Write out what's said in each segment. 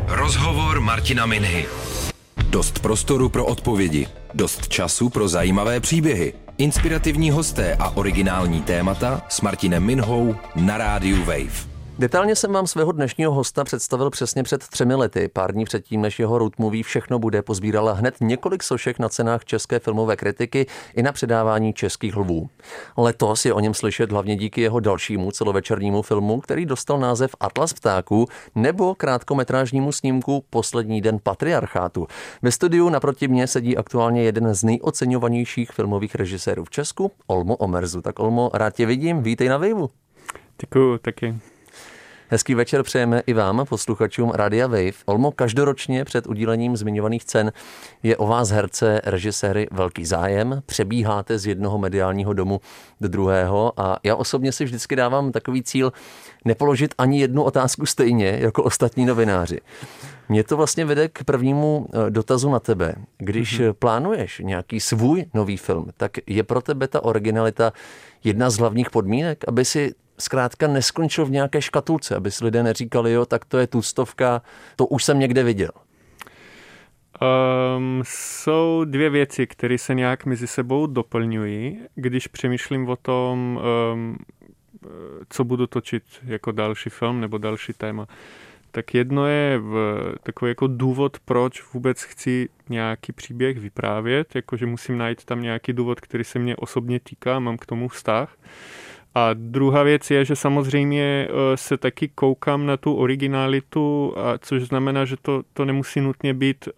Rozhovor Martina Minhy. Dost prostoru pro odpovědi, dost času pro zajímavé příběhy, inspirativní hosté a originální témata s Martinem Minhou na rádiu Wave. Detailně jsem vám svého dnešního hosta představil přesně před 3 lety. Pár dní předtím, než jeho road movie Všechno bude pozbírala hned několik sošek na cenách české filmové kritiky i na předávání Českých lvů. Letos je o něm slyšet hlavně díky jeho dalšímu celovečernímu filmu, který dostal název Atlas ptáků, nebo krátkometrážnímu snímku Poslední den patriarchátu. Ve studiu naproti mně sedí aktuálně jeden z nejoceňovanějších filmových režisérů v Česku, Olmo Omerzu. Tak Olmo, rád tě vidím, vítej na Waveu. Děkuju, taky. Hezký večer přejeme i vám, posluchačům Rádia Wave. Olmo, každoročně před udílením zmiňovaných cen je o vás herce, režiséry velký zájem. Přebíháte z jednoho mediálního domu do druhého a já osobně si vždycky dávám takový cíl nepoložit ani jednu otázku stejně jako ostatní novináři. Mě to vlastně vede k prvnímu dotazu na tebe. Když plánuješ nějaký svůj nový film, tak je pro tebe ta originalita jedna z hlavních podmínek, aby si zkrátka neskončil v nějaké škatulce, aby si lidé neříkali, jo, tak to je tuctovka, to už jsem někde viděl. Jsou 2 věci, které se nějak mezi sebou doplňují, když přemýšlím o tom, co budu točit jako další film nebo další téma. Tak jedno je takový jako důvod, proč vůbec chci nějaký příběh vyprávět, jakože musím najít tam nějaký důvod, který se mě osobně týká, mám k tomu vztah. A druhá věc je, že samozřejmě se taky koukám na tu originalitu, což znamená, že to nemusí nutně být,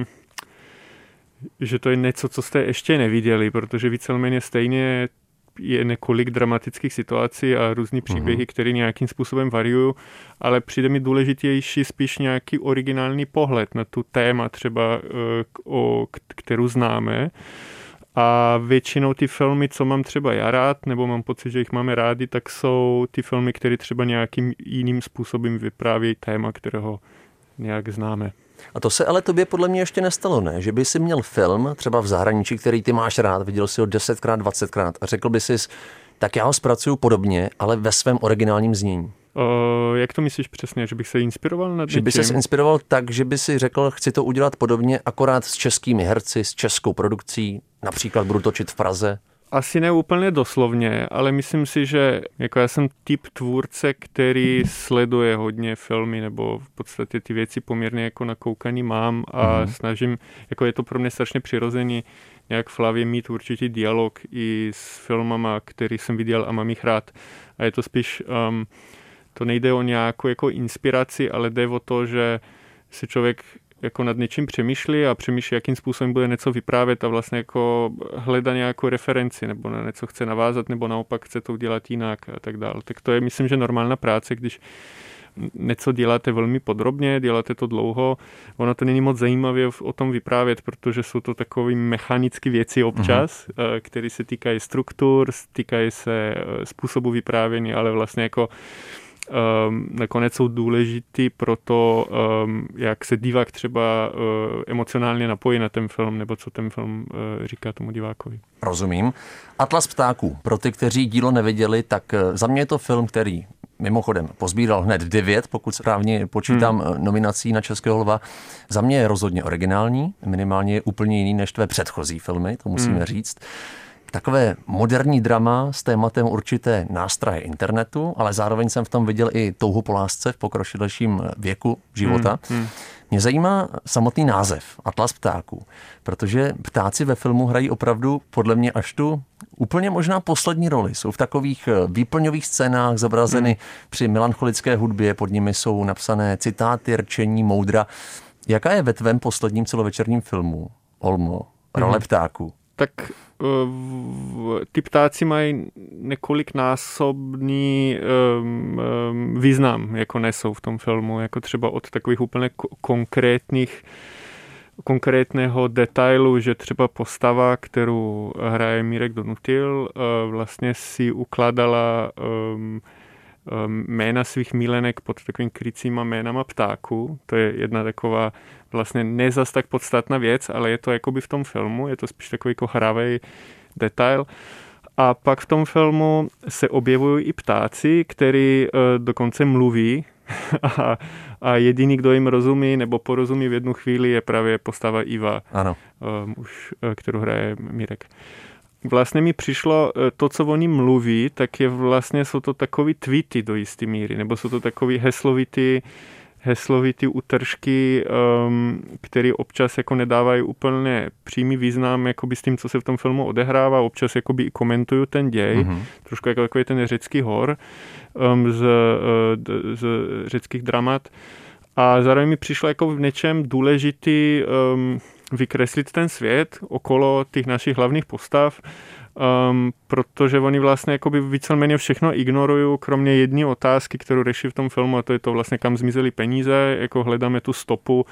že to je něco, co jste ještě neviděli, protože víceméně stejně je několik dramatických situací a různý příběhy, které nějakým způsobem variují, ale přijde mi důležitější spíš nějaký originální pohled na tu téma třeba, kterou známe. A většinou ty filmy, co mám třeba já rád, nebo mám pocit, že jich máme rádi, tak jsou ty filmy, které třeba nějakým jiným způsobem vyprávějí téma, kterého nějak známe. A to se ale tobě podle mě ještě nestalo, ne? Že by si měl film třeba v zahraničí, který ty máš rád, viděl si ho 10krát, 20krát a řekl by si, tak já ho zpracuju podobně, ale ve svém originálním znění. Jak to myslíš přesně? Že bych se inspiroval nad něčím? Že by se inspiroval tak, že by si řekl, chci to udělat podobně, akorát s českými herci, s českou produkcí, například budu točit v Praze? Asi ne úplně doslovně, ale myslím si, že jako já jsem typ tvůrce, který sleduje hodně filmy, nebo v podstatě ty věci poměrně jako nakoukaný mám a snažím, jako je to pro mě strašně přirozený, nějak v hlavě mít určitý dialog i s filmama, který jsem viděl a mám jich rád. A je to spíš, to nejde o nějakou jako inspiraci, ale jde o to, že si člověk jako nad něčím přemýšlí a přemýšlí, jakým způsobem bude něco vyprávět a vlastně jako hledá nějakou referenci nebo na něco chce navázat nebo naopak chce to udělat jinak a tak dále. Tak to je, myslím, že normální práce, když něco děláte velmi podrobně, děláte to dlouho, ono to není moc zajímavé o tom vyprávět, protože jsou to takové mechanické věci občas, které se týkají struktur, týkají se způsobu vyprávění, ale vlastně jako nakonec jsou důležitý pro to, jak se divák třeba emocionálně napojí na ten film, nebo co ten film říká tomu divákovi. Rozumím. Atlas ptáků. Pro ty, kteří dílo neviděli, tak za mě je to film, který mimochodem pozbíral hned 9, pokud správně počítám nominací na Českého lva. Za mě je rozhodně originální, minimálně je úplně jiný než tvé předchozí filmy, to musíme říct. Takové moderní drama s tématem určité nástrahy internetu, ale zároveň jsem v tom viděl i touhu po lásce v pokročilejším věku života. Mě zajímá samotný název Atlas ptáků, protože ptáci ve filmu hrají opravdu podle mě až tu úplně možná poslední roli. Jsou v takových výplňových scénách zobrazeny při melancholické hudbě, pod nimi jsou napsané citáty, rčení, moudra. Jaká je ve tvém posledním celovečerním filmu, Olmo, role ptáků? Tak ty ptáci mají několiknásobný význam, jako nesou v tom filmu, jako třeba od takových úplně konkrétního detailu, že třeba postava, kterou hraje Mirek Donutil, vlastně si ukládala jména svých milenek pod takovým krycíma jménama ptáků. To je jedna taková vlastně ne zas tak podstatná věc, ale je to jakoby v tom filmu, je to spíš takový jako hravý detail. A pak v tom filmu se objevují i ptáci, který dokonce mluví a jediný, kdo jim rozumí nebo porozumí v jednu chvíli, je právě postava Iva, ano. Kterou hraje Mirek. Vlastně mi přišlo to, co oni mluví, tak je vlastně, jsou to takový tweety do jisté míry, nebo jsou to takový heslovitý útržky, které občas jako nedávají úplně přímý význam jakoby s tím, co se v tom filmu odehrává, občas jakoby i komentují ten děj, trošku jako takový ten řecký hor z řeckých dramat. A zároveň mi přišlo jako v něčem důležitý vykreslit ten svět okolo těch našich hlavních postav, protože oni vlastně jakoby víceméně všechno ignorují, kromě jedné otázky, kterou řeší v tom filmu, a to je to vlastně, kam zmizely peníze, jako hledáme tu stopu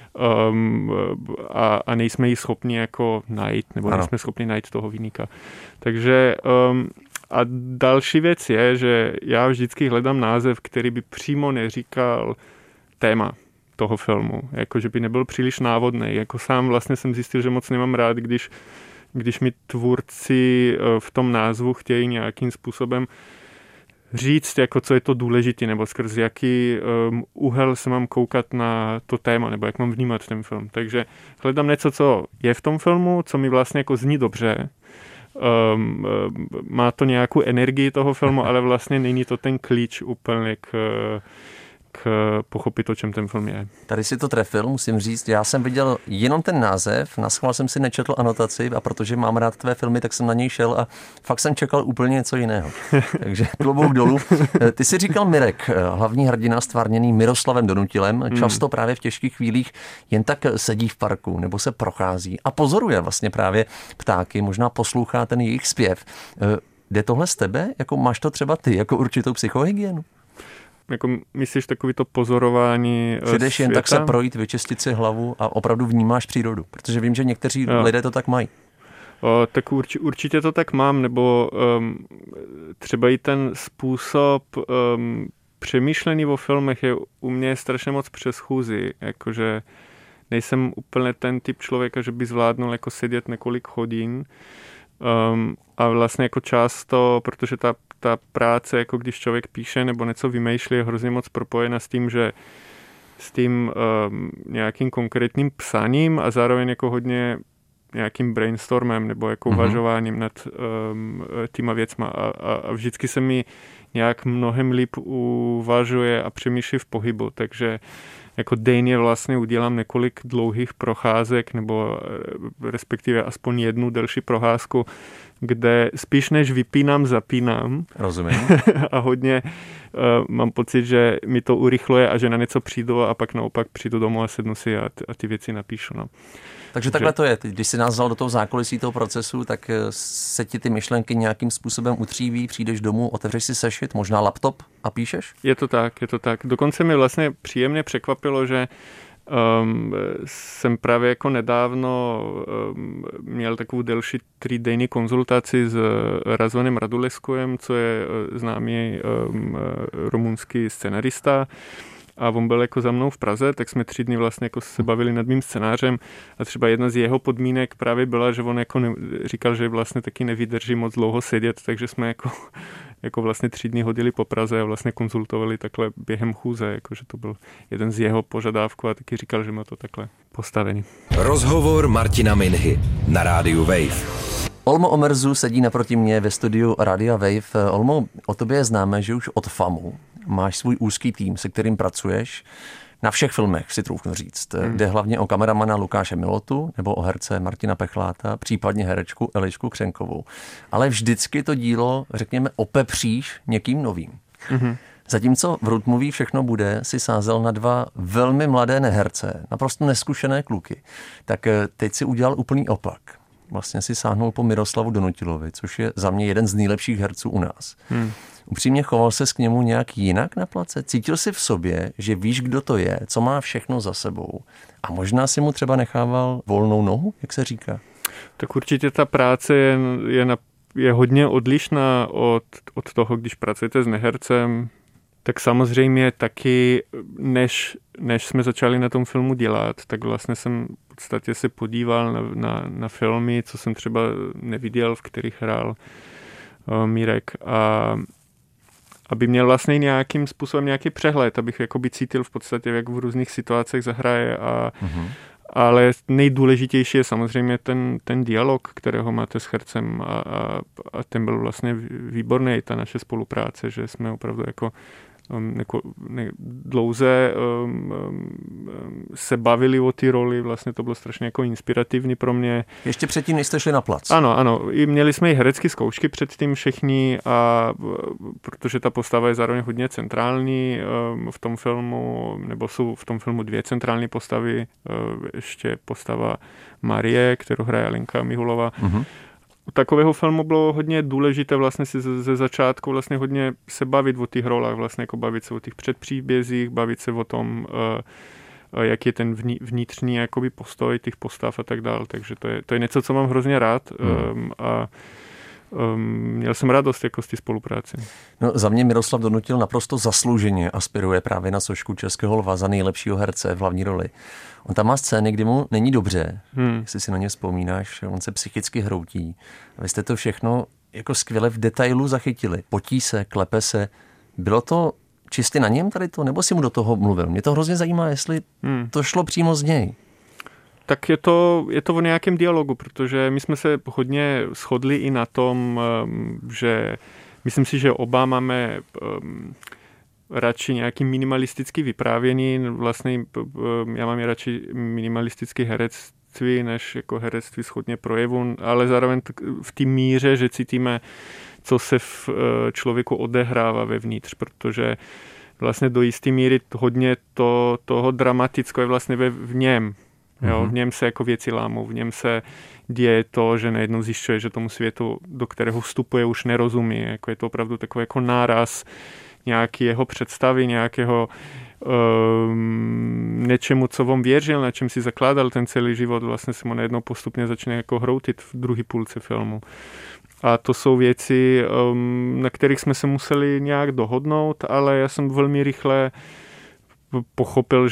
a nejsme ji schopni jako najít, nebo nejsme schopni najít toho viníka. Takže a další věc je, že já vždycky hledám název, který by přímo neříkal téma toho filmu, jako že by nebyl příliš návodný. Jako sám vlastně jsem zjistil, že moc nemám rád, když mi tvůrci v tom názvu chtějí nějakým způsobem říct, jako co je to důležité, nebo skrz jaký úhel se mám koukat na to téma, nebo jak mám vnímat ten film. Takže hledám něco, co je v tom filmu, co mi vlastně jako zní dobře. Má to nějakou energii toho filmu, ale vlastně není to ten klíč úplně k pochopit, o čem ten film je. Tady si to trefil, musím říct. Já jsem viděl jenom ten název, naschvál jsem si nečetl anotaci a protože mám rád tvé filmy, tak jsem na něj šel a fakt jsem čekal úplně něco jiného. Takže klobouk dolů. Ty jsi říkal Mirek, hlavní hrdina stvárněný Miroslavem Donutilem, často právě v těžkých chvílích jen tak sedí v parku nebo se prochází a pozoruje vlastně právě ptáky, možná poslouchá ten jejich zpěv. Jde tohle z tebe? Jako máš to třeba ty, jako určitou psychohygienu? Jako myslíš takový to pozorování Přijdeš jen tak se projít, vyčistit si hlavu a opravdu vnímáš přírodu, protože vím, že někteří lidé to tak mají. Tak určitě to tak mám, nebo třeba i ten způsob přemýšlení o filmech je u mě strašně moc přes chůzi, jakože nejsem úplně ten typ člověka, že by zvládnul jako sedět několik hodin a vlastně jako často, protože ta práce, jako když člověk píše nebo něco vymýšlí, je hrozně moc propojena s tím, že s tím nějakým konkrétním psaním a zároveň jako hodně nějakým brainstormem nebo jako uvažováním nad týma věcma a vždycky se mi nějak mnohem líp uvažuje a přemýšlí v pohybu, takže jako denně vlastně udělám několik dlouhých procházek nebo respektive aspoň jednu delší procházku, kde spíš než vypínám, zapínám. Rozumím. A hodně mám pocit, že mi to urychluje a že na něco přijdu a pak naopak přijdu domů a sednu si a ty věci napíšu. No. Takže takhle to je. Když jsi nás vzal do toho zákulisí toho procesu, tak se ti ty myšlenky nějakým způsobem utříví, přijdeš domů, otevřeš si sešit, možná laptop a píšeš? Je to tak. Dokonce mi vlastně příjemně překvapilo, že jsem právě jako nedávno měl takovou delší 3denní konzultaci s Razvanem Radulescujem, co je známý rumunský scenarista. A on byl jako za mnou v Praze, tak jsme 3 dny vlastně jako se bavili nad mým scénářem a třeba jedna z jeho podmínek právě byla, že on jako říkal, že vlastně taky nevydrží moc dlouho sedět, takže jsme jako vlastně 3 dny hodili po Praze a vlastně konzultovali takhle během chůze, jakože to byl jeden z jeho požadavků a taky říkal, že má to takhle postavený. Rozhovor Martina Minhy na rádiu Wave. Olmo Omerzu sedí naproti mě ve studiu Rádia Wave. Olmo, o tobě je známé, že už od FAMu máš svůj úzký tým, se kterým pracuješ. Na všech filmech, si troufnu říct. Jde hlavně o kameramana Lukáše Milotu nebo o herce Martina Pechláta, případně herečku Elišku Křenkovou. Ale vždycky to dílo, řekněme, opepříš někým novým. Zatímco v Road Movie Všechno bude si sázel na 2 velmi mladé neherce, naprosto neskušené kluky. Tak teď si udělal úplný opak. Vlastně si sáhnul po Miroslavu Donutilovi, což je za mě jeden z nejlepších herců u nás. Upřímně choval ses k němu nějak jinak na place? Cítil jsi v sobě, že víš, kdo to je, co má všechno za sebou? A možná si mu třeba nechával volnou nohu, jak se říká? Tak určitě ta práce je hodně odlišná od toho, když pracujete s nehercem. Tak samozřejmě taky, než jsme začali na tom filmu dělat, tak vlastně jsem v podstatě se podíval na filmy, co jsem třeba neviděl, v kterých hrál Mirek. aby měl vlastně nějakým způsobem nějaký přehled, abych jakoby cítil v podstatě, jak v různých situacích zahraje ale nejdůležitější je samozřejmě ten dialog, kterého máte s hercem a ten byl vlastně výborný, ta naše spolupráce, že jsme opravdu jako dlouze se bavili o ty roli, vlastně to bylo strašně jako inspirativní pro mě. Ještě předtím, než jste šli na plac. Ano. I měli jsme i herecké zkoušky předtím všichni a protože ta postava je zároveň hodně centrální v tom filmu, nebo jsou v tom filmu dvě centrální postavy, ještě postava Marie, kterou hraje Alenka Mihulová. U takového filmu bylo hodně důležité vlastně si ze začátku vlastně hodně se bavit o těch rolách, vlastně jako bavit se o těch předpříbězích, bavit se o tom, jak je ten vnitřní jakoby postoj těch postav a tak dále. Takže to je něco, co mám hrozně rád a měl jsem radost jako z té spolupráce. No, za mě Miroslav Donutil naprosto zaslouženě aspiruje právě na sošku Českého lva za nejlepšího herce v hlavní roli. On tam má scény, kdy mu není dobře, jestli si na ně vzpomínáš, on se psychicky hroutí. A vy jste to všechno jako skvěle v detailu zachytili. Potí se, klepe se. Bylo to čistě na něm tady to, nebo si mu do toho mluvil? Mě to hrozně zajímá, jestli to šlo přímo z něj. Tak je to o nějakém dialogu, protože my jsme se hodně shodli i na tom, že myslím si, že oba máme radši nějaký minimalistický vyprávění. Vlastně já mám radši minimalistický herectví, než jako herectví shodně projevu, ale zároveň v té míře, že cítíme, co se v člověku odehrává vevnitř, protože vlastně do jisté míry hodně toho dramatického je vlastně v něm. Jo, v něm se jako věci lámou, v něm se děje to, že najednou zjišťuje, že tomu světu, do kterého vstupuje, už nerozumí. Jako je to opravdu takový jako náraz nějaký jeho představy, nějakého něčemu, co on věřil, na čem si zakládal ten celý život, vlastně se mu najednou postupně začne jako hroutit v druhé půlce filmu. A to jsou věci, na kterých jsme se museli nějak dohodnout, ale já jsem velmi rychle pochopil,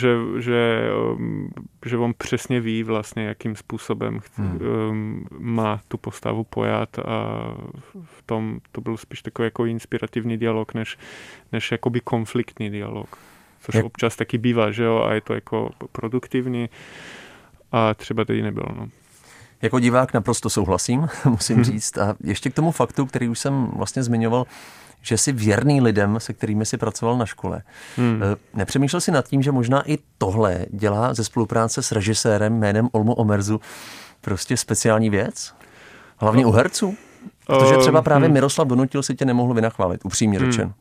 že on přesně ví vlastně, jakým způsobem má tu postavu pojat a v tom to byl spíš takový jako inspirativní dialog, než jakoby konfliktní dialog. Což občas taky bývá, že jo, a je to jako produktivní a třeba tady nebylo, no. Jako divák naprosto souhlasím, musím říct. A ještě k tomu faktu, který už jsem vlastně zmiňoval, že jsi věrný lidem, se kterými jsi pracoval na škole. Nepřemýšlel jsi nad tím, že možná i tohle dělá ze spolupráce s režisérem jménem Olmo Omerzu prostě speciální věc? Hlavně u herců? Protože třeba právě Miroslav Donutil si tě nemohl vynachválit, upřímně řečen.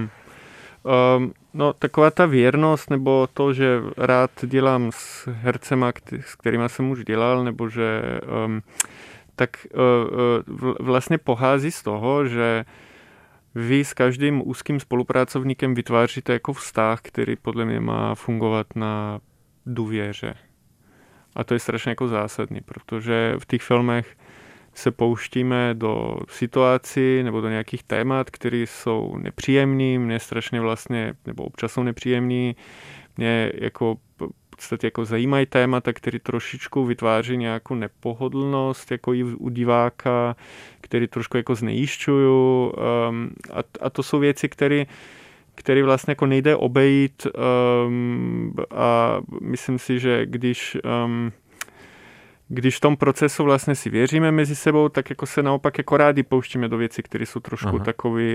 No, taková ta věrnost, nebo to, že rád dělám s hercema, s kterýma jsem už dělal, nebo že tak vlastně pochází z toho, že vy s každým úzkým spolupracovníkem vytváříte jako vztah, který podle mě má fungovat na důvěře. A to je strašně jako zásadní, protože v těch filmech se pouštíme do situací nebo do nějakých témat, které jsou nepříjemný, mě strašně vlastně, nebo občas jsou nepříjemný, mě jako v podstatě jako zajímají témata, které trošičku vytváří nějakou nepohodlnost jako i u diváka, který trošku jako znejišťují. A to jsou věci, které vlastně jako nejde obejít a myslím si, že když v tom procesu vlastně si věříme mezi sebou, tak jako se naopak jako rádi pouštíme do věcí, které jsou trošku takový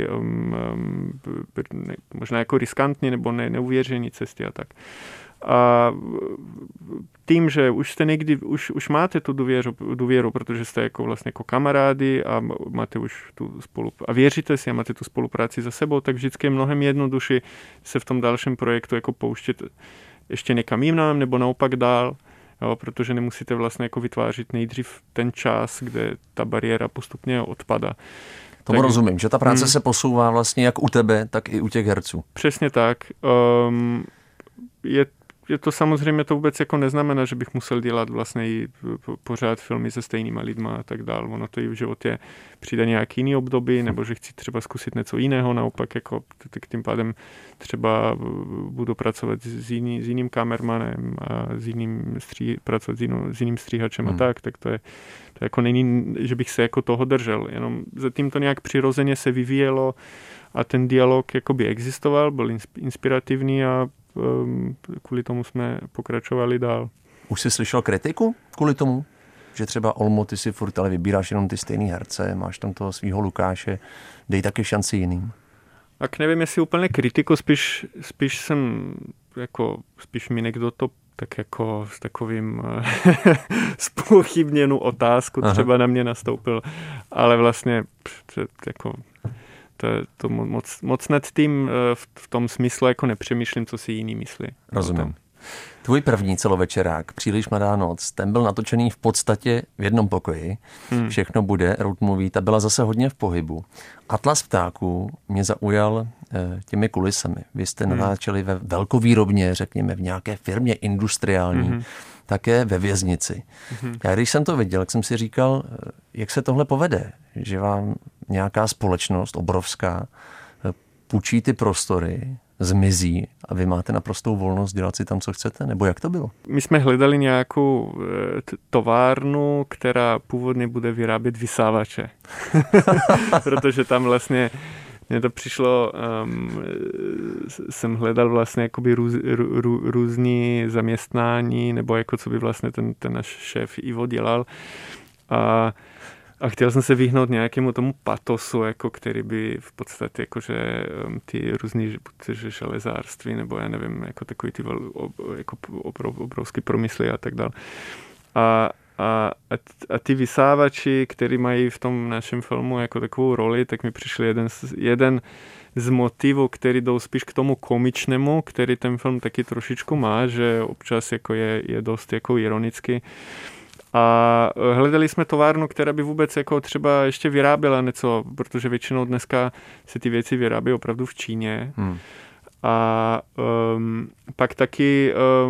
možná jako riskantní nebo neuvěřený cesty a tak. A tím, že už jste někdy, už máte tu důvěru, protože jste jako vlastně jako kamarádi a máte už a věříte si a máte tu spolupráci za sebou, tak vždycky je mnohem jednodušší se v tom dalším projektu jako pouštět ještě někam jinam nebo naopak dál. Jo, protože nemusíte vlastně jako vytvářet nejdřív ten čas, kde ta bariéra postupně odpadá. Tomu rozumím, že ta práce se posouvá vlastně jak u tebe, tak i u těch herců. Přesně tak. je to samozřejmě to vůbec jako neznamená, že bych musel dělat vlastně i pořád filmy se stejnýma lidma a tak dál. Ono to i v životě přijde nějaký jiný období, nebo že chci třeba zkusit něco jiného, naopak jako tím pádem třeba budu pracovat s jiným kamermanem a pracovat s jiným stříhačem a tak to jako není, že bych se jako toho držel, jenom zatím to nějak přirozeně se vyvíjelo a ten dialog jakoby existoval, byl inspirativní a kvůli tomu jsme pokračovali dál. Už jsi slyšel kritiku kvůli tomu? Že třeba Olmo, ty si furt ale vybíráš jenom ty stejný herce, máš tam toho svýho Lukáše, dej taky šanci jiným. Tak nevím, jestli úplně kritiku, spíš mi někdo to tak jako s takovým zpochybněnou otázku třeba na mě nastoupil, ale vlastně to moc nad tím v tom smyslu jako nepřemýšlím, co si jiný myslí. Rozumím. Tvůj první celovečerák, Příliš mladá noc, ten byl natočený v podstatě v jednom pokoji. Všechno bude, road movie, ta byla zase hodně v pohybu. Atlas ptáků mě zaujal těmi kulisami. Vy jste natáčeli ve velkovýrobně, řekněme, v nějaké firmě industriální, také ve věznici. Já když jsem to viděl, tak jsem si říkal, jak se tohle povede, že vám nějaká společnost obrovská půjčí ty prostory, zmizí a vy máte naprostou volnost dělat si tam, co chcete? Nebo jak to bylo? My jsme hledali nějakou továrnu, která původně bude vyrábět vysávače. Protože tam vlastně mně to přišlo, jsem hledal vlastně jakoby různý zaměstnání, nebo jako co by vlastně ten náš šéf Ivo dělal. A chtěl jsem se vyhnout nějakému tomu patosu, jako který by v podstatě jakože ty různý železárství, nebo já nevím, jako takový ty jako obrovský promysly a tak dále. A ty vysávači, který mají v tom našem filmu jako takovou roli, tak mi přišel jeden z motivů, který jdou spíš k tomu komičnému, který ten film taky trošičku má, že občas jako je dost jako ironicky. A hledali jsme továrnu, která by vůbec jako třeba ještě vyráběla něco, protože většinou dneska se ty věci vyrábí opravdu v Číně. A pak taky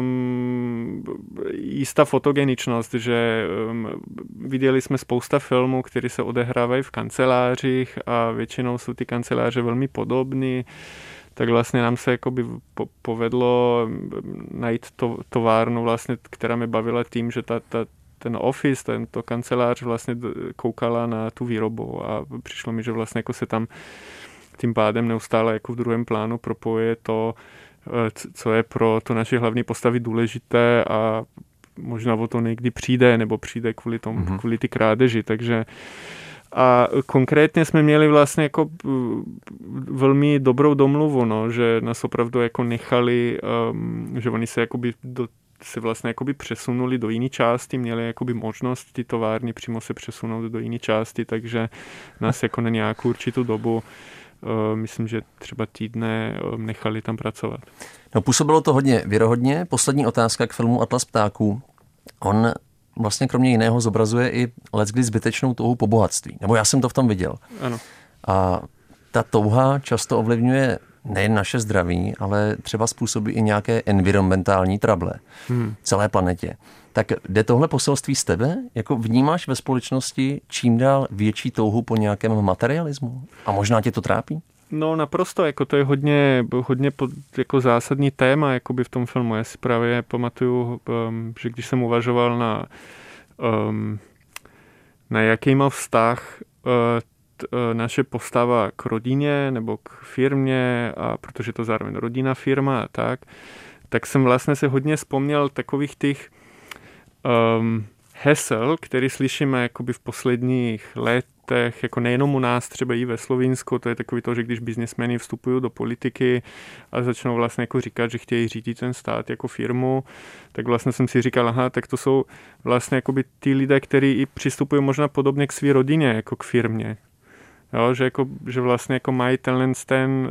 jistá fotogeničnost, že viděli jsme spousta filmů, které se odehrávají v kancelářích a většinou jsou ty kanceláře velmi podobné. Tak vlastně nám se jakoby povedlo najít továrnu, vlastně, která mě bavila tím, že ten office, tento kancelář vlastně koukala na tu výrobu a přišlo mi, že vlastně jako se tam tím pádem neustále jako v druhém plánu propojuje to, co je pro to naše hlavní postavy důležité a možná o to někdy přijde, nebo přijde kvůli ty krádeži, takže a konkrétně jsme měli vlastně jako velmi dobrou domluvu, no, že nás opravdu jako nechali, že oni se jakoby se vlastně jakoby přesunuli do jiné části, měli jakoby možnost ty továrny přímo se přesunout do jiné části, takže nás jako na nějakou určitou dobu, myslím, že třeba týdne nechali tam pracovat. No, působilo to hodně věrohodně. Poslední otázka k filmu Atlas ptáků. On vlastně kromě jiného zobrazuje i leckdy zbytečnou touhu po bohatství. Nebo já jsem to v tom viděl. Ano. A ta touha často ovlivňuje nejen naše zdraví, ale třeba způsobí i nějaké environmentální trable celé planetě. Tak jde tohle poselství z tebe? Jako vnímáš ve společnosti čím dál větší touhu po nějakém materialismu? A možná tě to trápí? No naprosto, jako to je hodně jako zásadní téma jakoby v tom filmu. Já si právě pamatuju, že když jsem uvažoval na jaký má vztah naše postava k rodině nebo k firmě, a protože to zároveň rodina, firma a tak jsem vlastně se hodně vzpomněl takových těch hesel, které slyšíme jakoby v posledních letech, jako nejenom u nás, třeba i ve Slovinsku, to je takový to, že když biznesmeni vstupují do politiky a začnou vlastně jako říkat, že chtějí řídit ten stát jako firmu, tak vlastně jsem si říkal, aha, tak to jsou vlastně jakoby ty lidé, kteří i přistupují možná podobně k své rodině, jako k firmě. Jo, že vlastně jako mají ten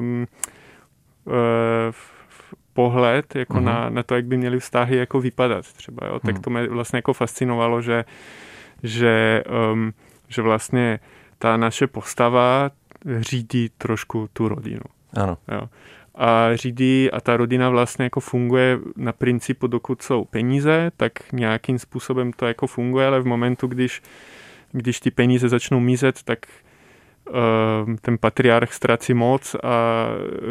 pohled jako na to, jak by měly vztahy jako vypadat třeba. Jo. Tak to mě vlastně jako fascinovalo, že vlastně ta naše postava řídí trošku tu rodinu. Ano. Jo. a řídí a ta rodina vlastně jako funguje na principu, dokud jsou peníze, tak nějakým způsobem to jako funguje, ale v momentu, když ty peníze začnou mizet, tak ten patriarch ztrácí moc a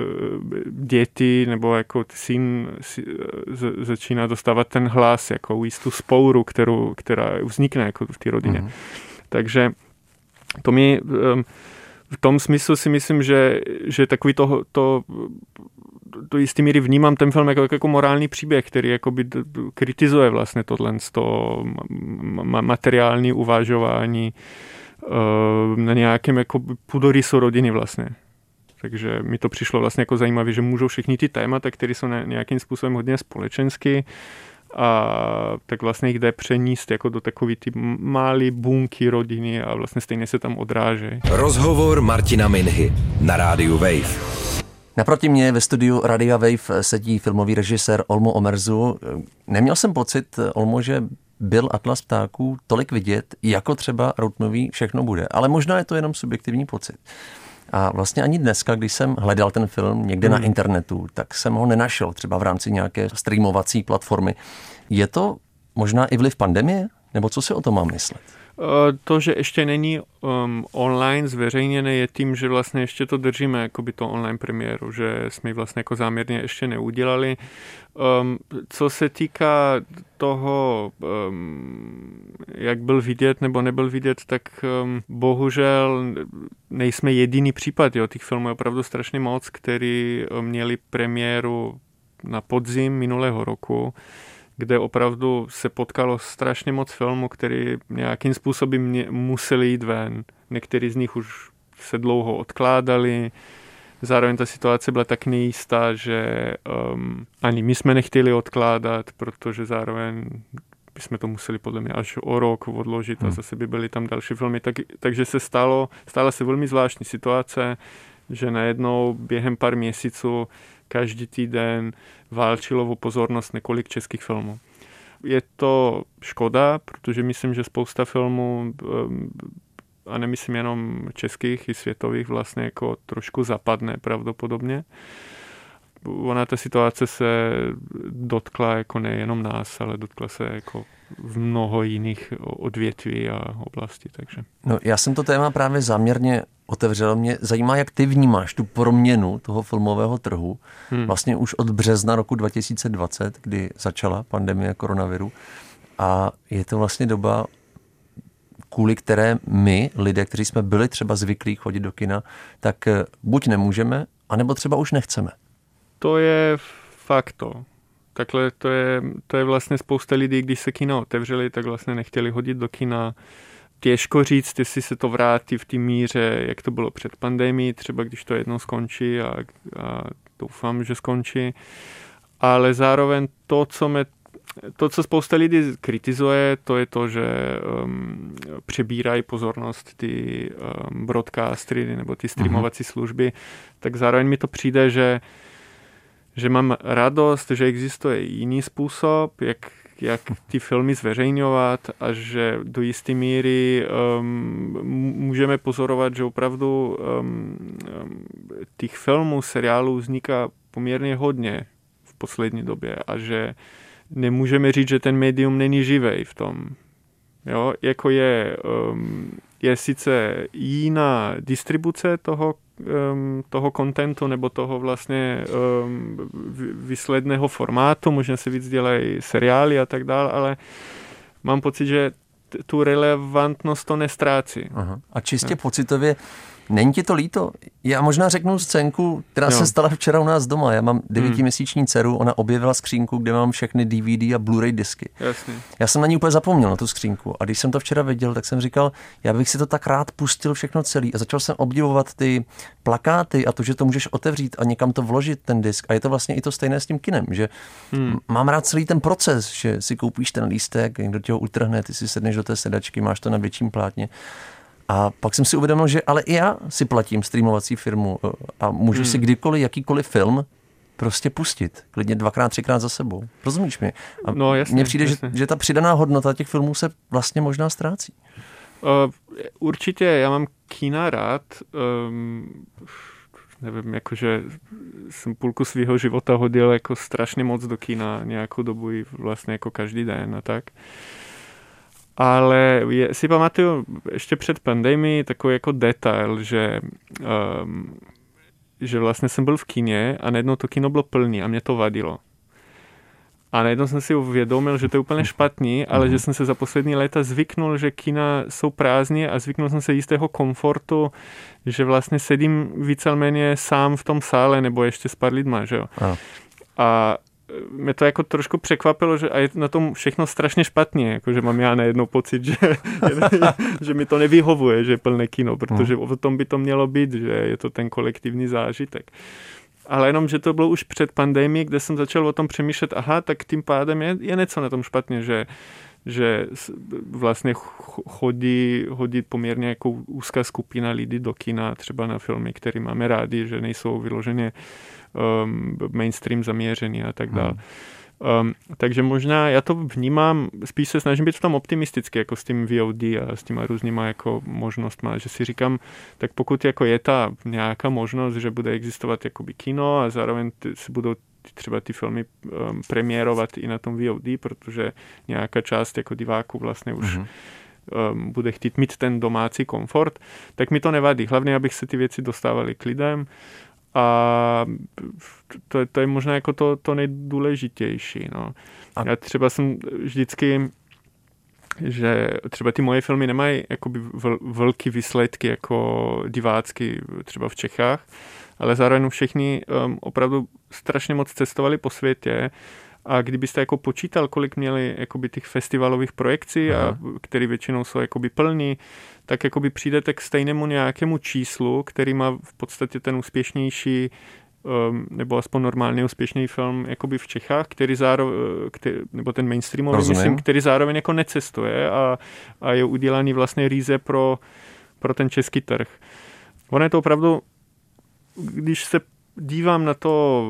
děti nebo jako syn začíná dostávat ten hlas, jako jistou spouru, která vznikne jako v té rodině. Takže to mi v tom smyslu si myslím, že takový to jistý míry vnímám ten film jako morální příběh, který jakoby kritizuje vlastně tohle materiální uvažování na nějakém jako půdorysu rodiny vlastně. Takže mi to přišlo vlastně jako zajímavé, že můžou všechny ty témata, které jsou nějakým způsobem hodně společenské, a tak vlastně jich jde přeníst jako do takové ty malé bunky rodiny a vlastně stejně se tam odráží. Rozhovor Martina Minhy na rádiu Wave. Naproti mě ve studiu Radia Wave sedí filmový režisér Olmo Omerzu. Neměl jsem pocit, Olmo, že byl Atlas ptáků tolik vidět, jako třeba Road Movie Všechno bude. Ale možná je to jenom subjektivní pocit. A vlastně ani dneska, když jsem hledal ten film někde na internetu, tak jsem ho nenašel, třeba v rámci nějaké streamovací platformy. Je to možná i vliv pandemie? Nebo co si o tom mám myslet? To, že ještě není online zveřejněné, je tím, že vlastně ještě to držíme jakoby to online premiéru, že jsme ji vlastně jako záměrně ještě neudělali. Co se týká toho, jak byl vidět nebo nebyl vidět, tak bohužel nejsme jediný případ. Jo. Těch filmů je opravdu strašně moc, který měli premiéru na podzim minulého roku, kde opravdu se potkalo strašně moc filmů, které nějakým způsobem museli jít ven. Některý z nich už se dlouho odkládali. Zároveň ta situace byla tak nejistá, že ani my jsme nechtěli odkládat, protože zároveň bychom to museli podle mě až o rok odložit a zase by byly tam další filmy. Takže se stala se velmi zvláštní situace, že najednou během pár měsíců každý týden válčilo o pozornost několik českých filmů. Je to škoda, protože myslím, že spousta filmů, a nemyslím jenom českých i světových, vlastně jako trošku zapadne pravděpodobně. Ona ta situace se dotkla jako nejenom nás, ale dotkla se jako v mnoho jiných odvětví a oblastí. Takže. No, já jsem to téma právě záměrně otevřel. Mě zajímá, jak ty vnímáš tu proměnu toho filmového trhu. Vlastně už od března roku 2020, kdy začala pandemie koronaviru. A je to vlastně doba, kvůli které my, lidé, kteří jsme byli třeba zvyklí chodit do kina, tak buď nemůžeme, anebo třeba už nechceme. To je fakt to. Takhle to je vlastně spousta lidí, když se kina otevřeli, tak vlastně nechtěli hodit do kina. Těžko říct, jestli se to vrátí v té míře, jak to bylo před pandemií, třeba když to jednou skončí a doufám, že skončí. Ale zároveň to, co spousta lidí kritizuje, to je to, že přebírají pozornost ty broadcastery nebo ty streamovací služby. Tak zároveň mi to přijde, že mám radost, že existuje jiný způsob, jak ty filmy zveřejňovat a že do jisté míry můžeme pozorovat, že opravdu těch filmů, seriálů vzniká poměrně hodně v poslední době a že nemůžeme říct, že ten médium není živej v tom. Jo? Jako je sice jiná distribuce toho kontentu nebo toho vlastně výsledného formátu, možná se víc dělají seriály a tak dále, ale mám pocit, že tu relevantnost to nestrácí. Aha. A čistě pocitově, není ti to líto? Já možná řeknu scénku, která se stala včera u nás doma. Já mám 9měsíční dceru, ona objevila skřínku, kde mám všechny DVD a Blu-ray disky. Jasně. Já jsem na ní úplně zapomněl, na tu skřínku. A když jsem to včera viděl, tak jsem říkal, já bych si to tak rád pustil všechno celý. A začal jsem obdivovat ty plakáty a to, že to můžeš otevřít a někam to vložit, ten disk. A je to vlastně i to stejné s tím kinem, že mám rád celý ten proces, že si koupíš ten lístek, někdo tě ho utrhne, ty si sedneš do té sedačky, máš to na větším plátně. A pak jsem si uvědomil, že ale i já si platím streamovací firmu a můžu si kdykoliv, jakýkoliv film prostě pustit. Klidně 2x, 3x za sebou. Rozumíš mi? A no, jasně, mně přijde, jasně. že ta přidaná hodnota těch filmů se vlastně možná ztrácí. Určitě, já mám kina rád. nevím, jakože jsem půlku svého života hodil jako strašně moc do kina nějakou dobu i vlastně jako každý den a tak. Ale si pamatuju ještě před pandemií takový jako detail, že vlastně jsem byl v kině a najednou to kino bylo plný a mě to vadilo. A najednou jsem si uvědomil, že to je úplně špatný, ale že jsem se za poslední léta zvyknul, že kina jsou prázdní a zvyknul jsem se jistého komfortu, že vlastně sedím víceméně sám v tom sále nebo ještě s pár lidma, že jo. A mě to jako trošku překvapilo, že a je na tom všechno strašně špatně, jakože mám já najednou pocit, že mi to nevyhovuje, že je plné kino, protože o tom by to mělo být, že je to ten kolektivní zážitek. Ale jenom, že to bylo už před pandemií, kde jsem začal o tom přemýšlet, tak tím pádem je něco na tom špatně, že vlastně chodí poměrně jako úzká skupina lidí do kina, třeba na filmy, které máme rádi, že nejsou vyloženě mainstream zaměřený a tak dále. Takže možná já to vnímám, spíš se snažím být v tom optimisticky, jako s tím VOD a s těma různýma jako možnostma, že si říkám, tak pokud jako je ta nějaká možnost, že bude existovat jakoby kino a zároveň se budou třeba ty filmy premiérovat i na tom VOD, protože nějaká část jako diváků vlastně už bude chtít mít ten domácí komfort, tak mi to nevadí. Hlavně, abych se ty věci dostávaly k lidem. A to je možná jako to nejdůležitější. No. Já třeba jsem vždycky, že třeba ty moje filmy nemají jakoby velký výsledky jako divácky třeba v Čechách, ale zároveň všechny opravdu strašně moc cestovali po světě. A kdybyste jako počítal, kolik měli jakoby těch festivalových projekcí, a které většinou jsou jakoby plný, tak jakoby přijdete k stejnému nějakému číslu, který má v podstatě ten úspěšnější nebo aspoň normálně úspěšný film jakoby v Čechách, nebo ten mainstreamový, myslím, který zároveň jako necestuje a je udělaný vlastně ryze pro ten český trh. Ono je to opravdu, když se dívám na to,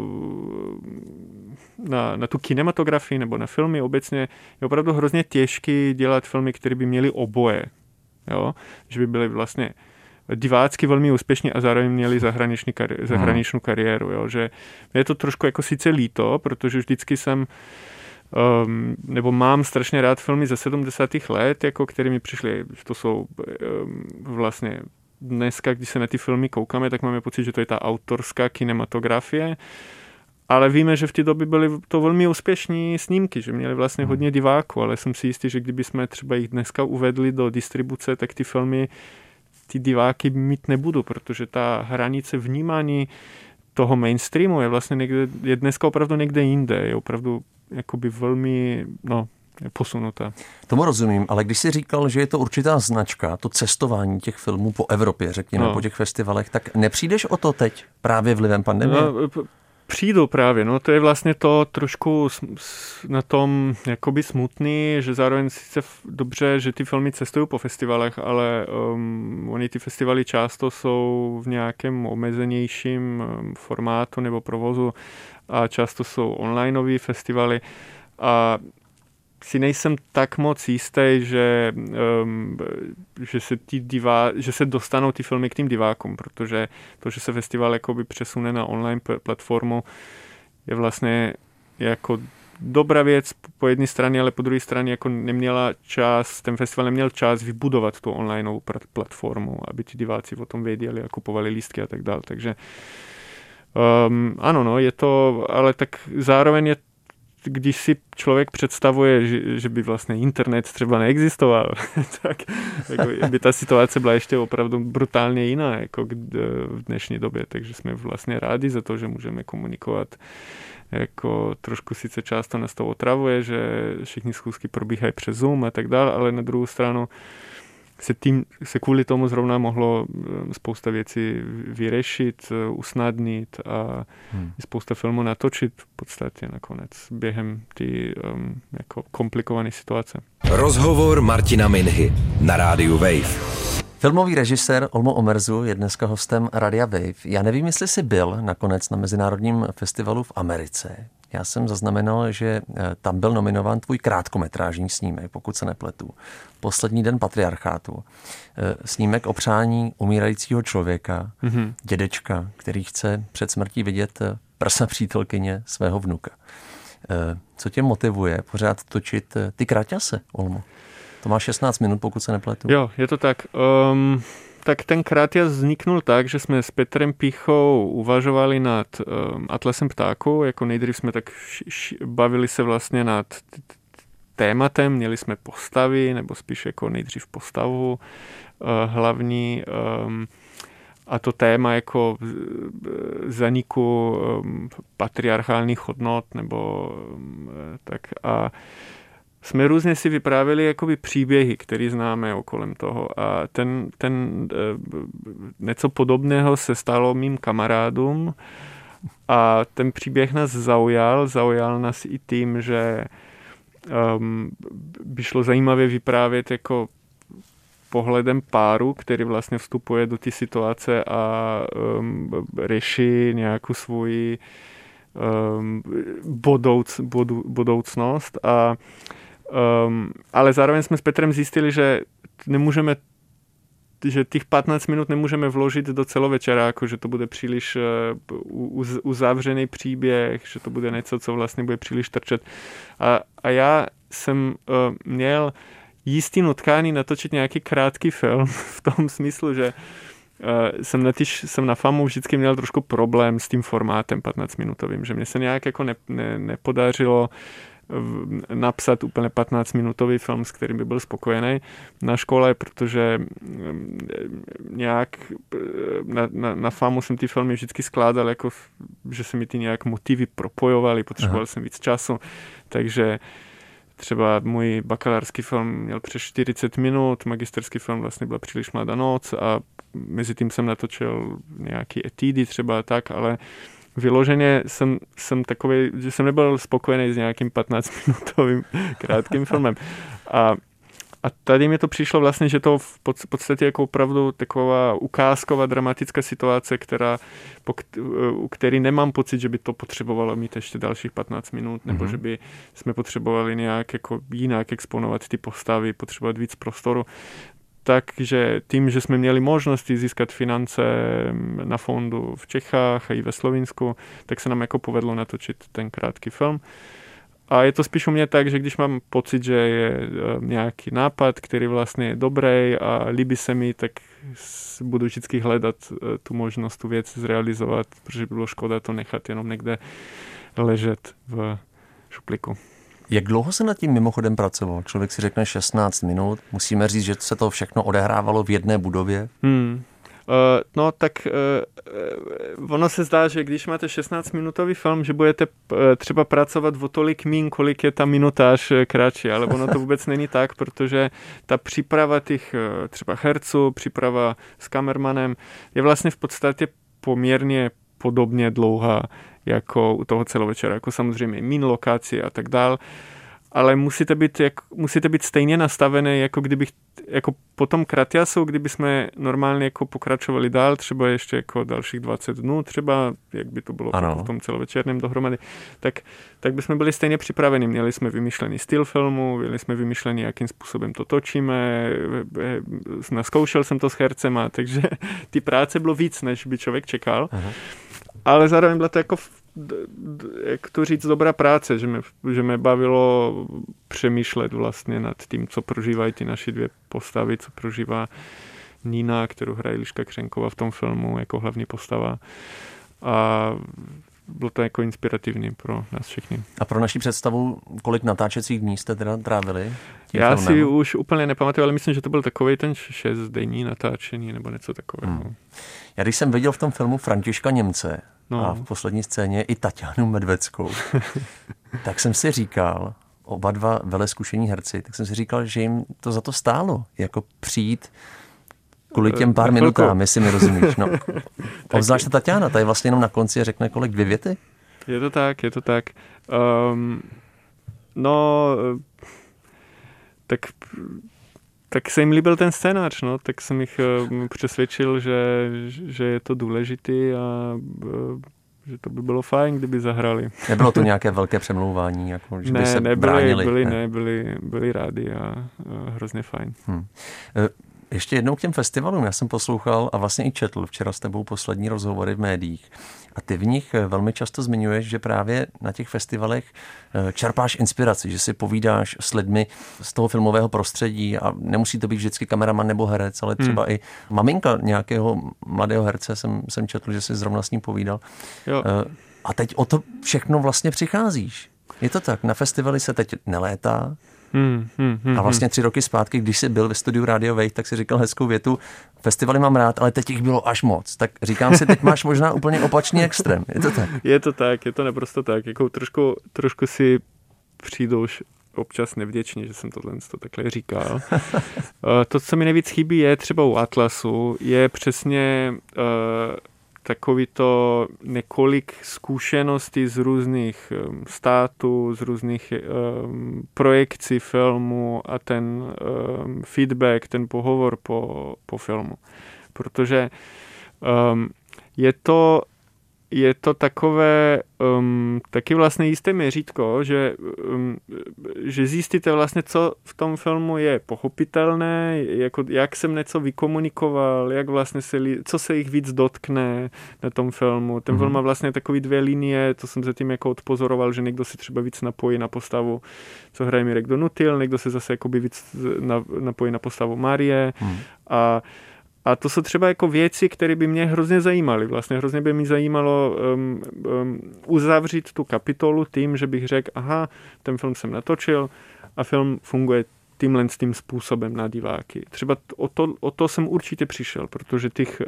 na tu kinematografii nebo na filmy obecně, je opravdu hrozně těžký dělat filmy, které by měly oboje. Jo? Že by byly vlastně divácky velmi úspěšní a zároveň měli zahraničnou kariéru. Jo? Že je to trošku jako sice líto, protože vždycky jsem nebo mám strašně rád filmy ze 70. let, jako které mi přišly, že to jsou vlastně dneska, když se na ty filmy koukáme, tak máme pocit, že to je ta autorská kinematografie, ale víme, že v té době byly to velmi úspěšní snímky, že měli vlastně hodně diváků, ale jsem si jistý, že kdyby jsme třeba jich dneska uvedli do distribuce, tak ty filmy ty diváky mít nebudou, protože ta hranice vnímání toho mainstreamu je vlastně je dneska opravdu někde jinde, je opravdu jakoby velmi, posunutá. Tomu rozumím, ale když jsi říkal, že je to určitá značka, to cestování těch filmů po Evropě, řekněme, po těch festivalech, tak nepřijdeš o to teď právě vlivem pandemie? Přijdu právě, to je vlastně to trošku na tom jakoby smutný, že zároveň sice dobře, že ty filmy cestují po festivalech, ale oni ty festivaly často jsou v nějakém omezenějším formátu nebo provozu a často jsou onlineové festivaly a si nejsem tak moc jistý, že se dostanou ty filmy k tým divákům, protože to, že se festival jakoby přesune na online platformu, je vlastně jako dobrá věc po jedné straně, ale po druhé straně jako ten festival neměl čas vybudovat tu online platformu, aby ti diváci o tom věděli a kupovali lístky a tak dále. Takže ano, je to, ale tak zároveň je, když si člověk představuje, že by vlastně internet třeba neexistoval, tak jako by ta situace byla ještě opravdu brutálně jiná jako v dnešní době. Takže jsme vlastně rádi za to, že můžeme komunikovat. Jako trošku sice často nás to otravuje, že všichni schůzky probíhají přes Zoom a tak dále, ale na druhou stranu se kvůli tomu zrovna mohlo spousta věcí vyřešit, usnadnit a spousta filmů natočit v podstatě nakonec během ty jako komplikované situace. Rozhovor Martina Minhy na rádiu Wave. Filmový režisér Olmo Omerzu je dneska hostem Radia Wave. Já nevím, jestli jsi byl nakonec na mezinárodním festivalu v Americe. Já jsem zaznamenal, že tam byl nominován tvůj krátkometrážní snímek, pokud se nepletu. Poslední den patriarchátu. Snímek o přání umírajícího člověka, dědečka, který chce před smrtí vidět prsa přítelkyně svého vnuka. Co tě motivuje pořád točit ty kraťase, Olmo? To má 16 minut, pokud se nepletu. Jo, je to tak. Tak ten Kráťas vzniknul tak, že jsme s Petrem Pichou uvažovali nad Atlasem ptáků. Jako nejdřív jsme tak bavili se vlastně nad tématem, měli jsme postavy, nebo spíš jako nejdřív postavu hlavní. A to téma jako zaniku patriarchálních hodnot, nebo tak. A jsme různě si vyprávěli jakoby příběhy, které známe okolem toho. A ten něco podobného se stalo mým kamarádům. A ten příběh nás zaujal nás i tím, že by šlo zajímavě vyprávět jako pohledem páru, který vlastně vstupuje do té situace a řeší nějakou svoji budoucnost. Ale zároveň jsme s Petrem zjistili, že nemůžeme, že těch 15 minut nemůžeme vložit do celovečera, jako že to bude příliš uzavřený příběh, že to bude něco, co vlastně bude příliš trčet. A já jsem měl jistý nutkání natočit nějaký krátký film v tom smyslu, že jsem na FAMu vždycky měl trošku problém s tím formátem 15-minutovým, že mě se nějak jako nepodařilo napsat úplně 15-minutový film, s kterým by byl spokojený na škole, protože nějak na FAMu jsem ty filmy vždycky skládal, jako, že se mi ty nějak motivy propojovaly, potřeboval jsem víc času, takže třeba můj bakalářský film měl přes 40 minut, magisterský film vlastně byla Příliš mladá noc a mezi tím jsem natočil nějaký etidy třeba tak, ale vyloženě jsem takový, že jsem nebyl spokojený s nějakým 15-minutovým krátkým filmem. A tady mi to přišlo vlastně, že to v podstatě jako opravdu taková ukázková dramatická situace, u který nemám pocit, že by to potřebovalo mít ještě dalších 15 minut, nebo že by jsme potřebovali nějak jako jinak exponovat ty postavy, potřebovat víc prostoru. Takže tím, že jsme měli možnosti získat finance na fondu v Čechách a i ve Slovinsku, tak se nám jako povedlo natočit ten krátký film. A je to spíš u mě tak, že když mám pocit, že je nějaký nápad, který vlastně je dobrý a líbí se mi, tak budu vždycky hledat tu možnost tu věc zrealizovat, protože by bylo škoda to nechat jenom někde ležet v šuplíku. Jak dlouho se nad tím mimochodem pracoval? Člověk si řekne 16 minut. Musíme říct, že se to všechno odehrávalo v jedné budově? No tak ono se zdá, že když máte 16-minutový film, že budete třeba pracovat o tolik míň, kolik je ta minutáž kratší, ale ono to vůbec není tak, protože ta příprava těch třeba herců, příprava s kamermanem je vlastně v podstatě poměrně podobně dlouhá jako u toho celovečera, jako samozřejmě míň lokací a tak dál, ale musíte být stejně nastavené, jako po tom Kráťasu, kdyby jsme normálně jako pokračovali dál, třeba ještě jako dalších 20 dnů, třeba, jak by to bylo v tom celovečerném dohromady, tak bychom byli stejně připraveni. Měli jsme vymyšlený styl filmu, měli jsme vymyšlený, jakým způsobem to točíme, naskoušel jsem to s hercema, takže ty práce bylo víc, než by člověk čekal. Ale zároveň byla to jako, jak to říct, dobrá práce, že mě bavilo přemýšlet vlastně nad tím, co prožívají ty naši dvě postavy, co prožívá Nina, kterou hraje Eliška Křenková v tom filmu jako hlavní postava. A bylo to jako inspirativní pro nás všechny. A pro naši představu, kolik natáčecích dní jste teda trávili? Já si už úplně nepamatuju, ale myslím, že to byl takový ten 6denní natáčení nebo něco takového. Já když jsem viděl v tom filmu Františka Němce a v poslední scéně i Taťánu Medveckou, tak jsem si říkal, oba dva velezkušení herci, tak jsem si říkal, že jim to za to stálo, jako přijít kvůli těm pár minutám, jestli mi rozumíš. No. Obzvlášť Taťána, ta je vlastně jenom na konci a řekne kolik, 2 věty? Je to tak. Tak se jim líbil ten scénář, no, tak jsem jich přesvědčil, že je to důležitý a že to by bylo fajn, kdyby zahrali. Nebylo to nějaké velké přemlouvání, jako, že by se bránili? Byli rádi a hrozně fajn. Ještě jednou k těm festivalům. Já jsem poslouchal a vlastně i četl včera s tebou poslední rozhovory v médiích. A ty v nich velmi často zmiňuješ, že právě na těch festivalech čerpáš inspiraci, že si povídáš s lidmi z toho filmového prostředí a nemusí to být vždycky kameraman nebo herec, ale třeba i maminka nějakého mladého herce jsem četl, že si zrovna s ním povídal. Jo. A teď o to všechno vlastně přicházíš. Je to tak, na festivaly se teď nelétá, a vlastně 3 roky zpátky, když jsi byl ve studiu Radio Wave, tak si říkal hezkou větu, festivaly mám rád, ale teď jich bylo až moc. Tak říkám si, teď máš možná úplně opačný extrém. Je to tak? Je to naprosto tak. Jako trošku si přijdu už občas nevděčně, že jsem tohle takhle říkal. To, co mi nejvíc chybí, je třeba u Atlasu, je přesně takovýto několik zkušeností z různých států, z různých projekcí filmu a ten feedback, ten pohovor po filmu. Protože je to takové taky vlastně jisté měřítko, že zjistíte vlastně, co v tom filmu je pochopitelné, jako jak jsem něco vykomunikoval, jak vlastně co se jich víc dotkne na tom filmu. Ten film má vlastně takový 2 linie, to jsem se tím jako odpozoroval, že někdo si třeba víc napojí na postavu, co hraje Mirek Donutil, někdo se zase jakoby víc napojí na postavu Marie a to jsou třeba jako věci, které by mě hrozně zajímaly. Vlastně hrozně by mě zajímalo uzavřít tu kapitolu tím, že bych řekl, aha, ten film jsem natočil a film funguje tímhle s tím způsobem na diváky. Třeba o to jsem určitě přišel, protože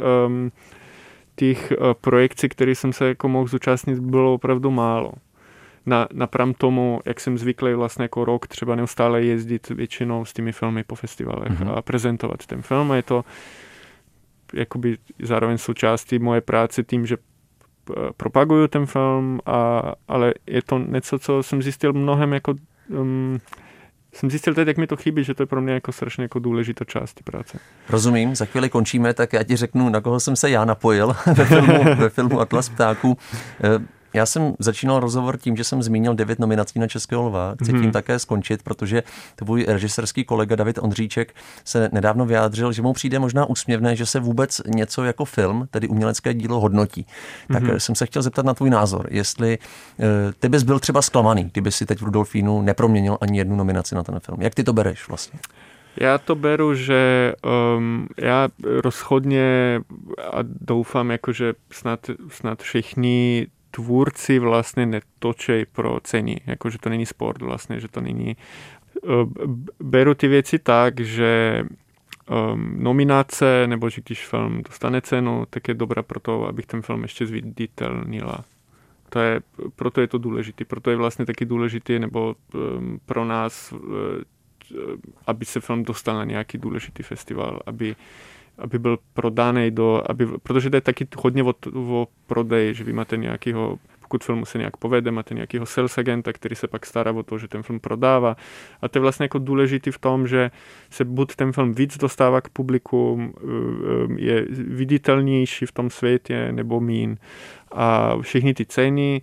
těch projekcí, které jsem se jako mohl zúčastnit, bylo opravdu málo. Napram tomu, jak jsem zvyklý vlastně jako rok třeba neustále jezdit většinou s těmi filmy po festivalech a prezentovat ten film. A je to jakoby zároveň součástí moje práce tím, že propaguju ten film, ale je to něco, co jsem zjistil mnohem jako jsem zjistil teď, jak mi to chybí, že to je pro mě jako strašně jako důležitá část práce. Rozumím, za chvíli končíme, tak já ti řeknu, na koho jsem se já napojil ve filmu Atlas ptáků. Já jsem začínal rozhovor tím, že jsem zmínil 9 nominací na Českého lva. Chci tím také skončit, protože tvůj režisérský kolega David Ondříček se nedávno vyjádřil, že mu přijde možná úsměvné, že se vůbec něco jako film, tedy umělecké dílo, hodnotí. Tak jsem se chtěl zeptat na tvůj názor, jestli ty bys byl třeba zklamaný, kdyby si teď v Rudolfínu neproměnil ani 1 nominaci na ten film. Jak ty to bereš vlastně? Já to beru, že já rozhodně a doufám, jako, že snad všichni tvůrci vlastně netočej pro ceny, jakože to není sport vlastně, že to není. Beru ty věci tak, že nominace, nebo že když film dostane cenu, tak je dobrá pro to, abych ten film ještě zviditelnila. Proto je to důležitý, proto je vlastně taky důležitý, nebo pro nás, aby se film dostal na nějaký důležitý festival, aby byl prodaný protože to je taky hodně o prodej, že vy máte nějakého, pokud filmu se nějak povede, máte nějakého sales agenta, který se pak stará o to, že ten film prodává. A to je vlastně jako důležitý v tom, že se buď ten film víc dostává k publiku, je viditelnější v tom světě, nebo míň. A všechny ty ceny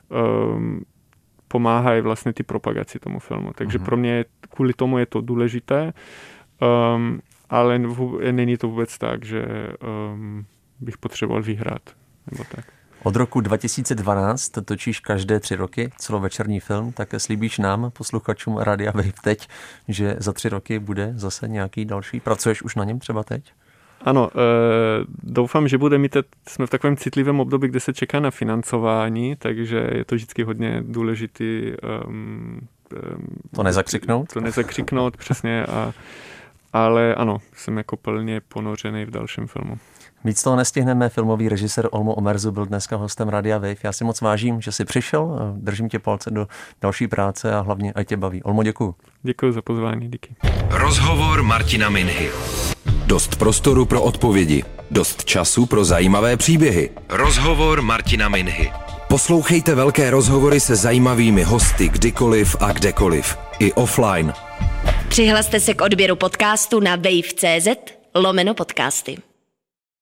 pomáhají vlastně ty propagaci tomu filmu. Takže pro mě kvůli tomu je to důležité. Ale není to vůbec tak, že bych potřeboval vyhrát. Nebo tak. Od roku 2012 točíš každé 3 roky celovečerní film, tak slíbíš nám, posluchačům Radia Wave teď, že za 3 roky bude zase nějaký další? Pracuješ už na něm třeba teď? Ano, doufám, že bude mít, jsme v takovém citlivém období, kde se čeká na financování, takže je to vždycky hodně důležitý. To nezakřiknout? To nezakřiknout, přesně. Ale ano, jsem jako plně ponořený v dalším filmu. Víc toho nestihneme. Filmový režisér Olmo Omerzu byl dneska hostem Radia Wave. Já si moc vážím, že jsi přišel. Držím tě palce do další práce a hlavně ať tě baví. Olmo, děkuju. Děkuju za pozvání, díky. Rozhovor Martina Minhy. Dost prostoru pro odpovědi. Dost času pro zajímavé příběhy. Rozhovor Martina Minhy. Poslouchejte velké rozhovory se zajímavými hosty kdykoliv a kdekoliv. I offline. Přihlaste se k odběru podcastu na wave.cz/podcasty.